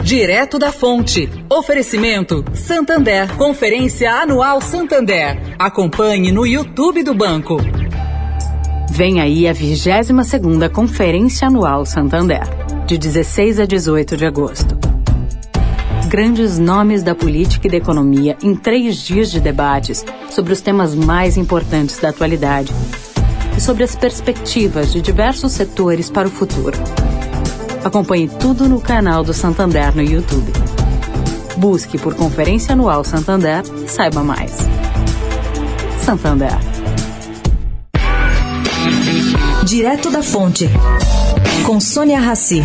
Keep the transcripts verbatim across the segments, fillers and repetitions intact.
Direto da Fonte. Oferecimento Santander. Conferência Anual Santander. Acompanhe no YouTube do banco. Vem aí a vigésima segunda Conferência Anual Santander, de dezesseis a dezoito de agosto. Grandes nomes da política e da economia em três dias de debates sobre os temas mais importantes da atualidade e sobre as perspectivas de diversos setores para o futuro. Acompanhe tudo no canal do Santander no YouTube. Busque por Conferência Anual Santander e saiba mais. Santander. Direto da Fonte, com Sônia Rassi.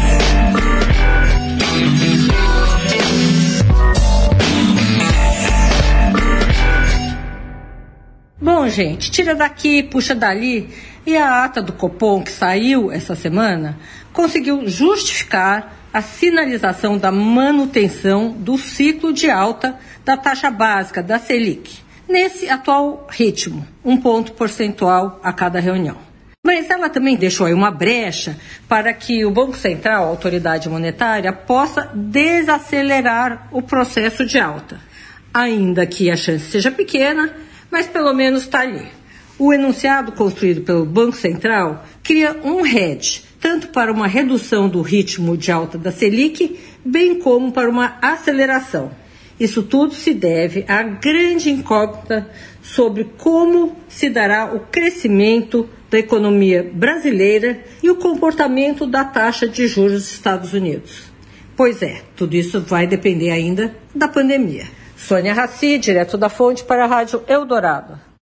Bom, gente, tira daqui, puxa dali, e a ata do Copom, que saiu essa semana, conseguiu justificar a sinalização da manutenção do ciclo de alta da taxa básica da Selic, nesse atual ritmo, um ponto percentual a cada reunião. Mas ela também deixou aí uma brecha para que o Banco Central, a autoridade monetária, possa desacelerar o processo de alta. Ainda que a chance seja pequena, mas pelo menos está ali. O enunciado construído pelo Banco Central cria um hedge, tanto para uma redução do ritmo de alta da Selic, bem como para uma aceleração. Isso tudo se deve à grande incógnita sobre como se dará o crescimento da economia brasileira e o comportamento da taxa de juros dos Estados Unidos. Pois é, tudo isso vai depender ainda da pandemia. Sônia Rassi, direto da Fonte para a Rádio Eldorado.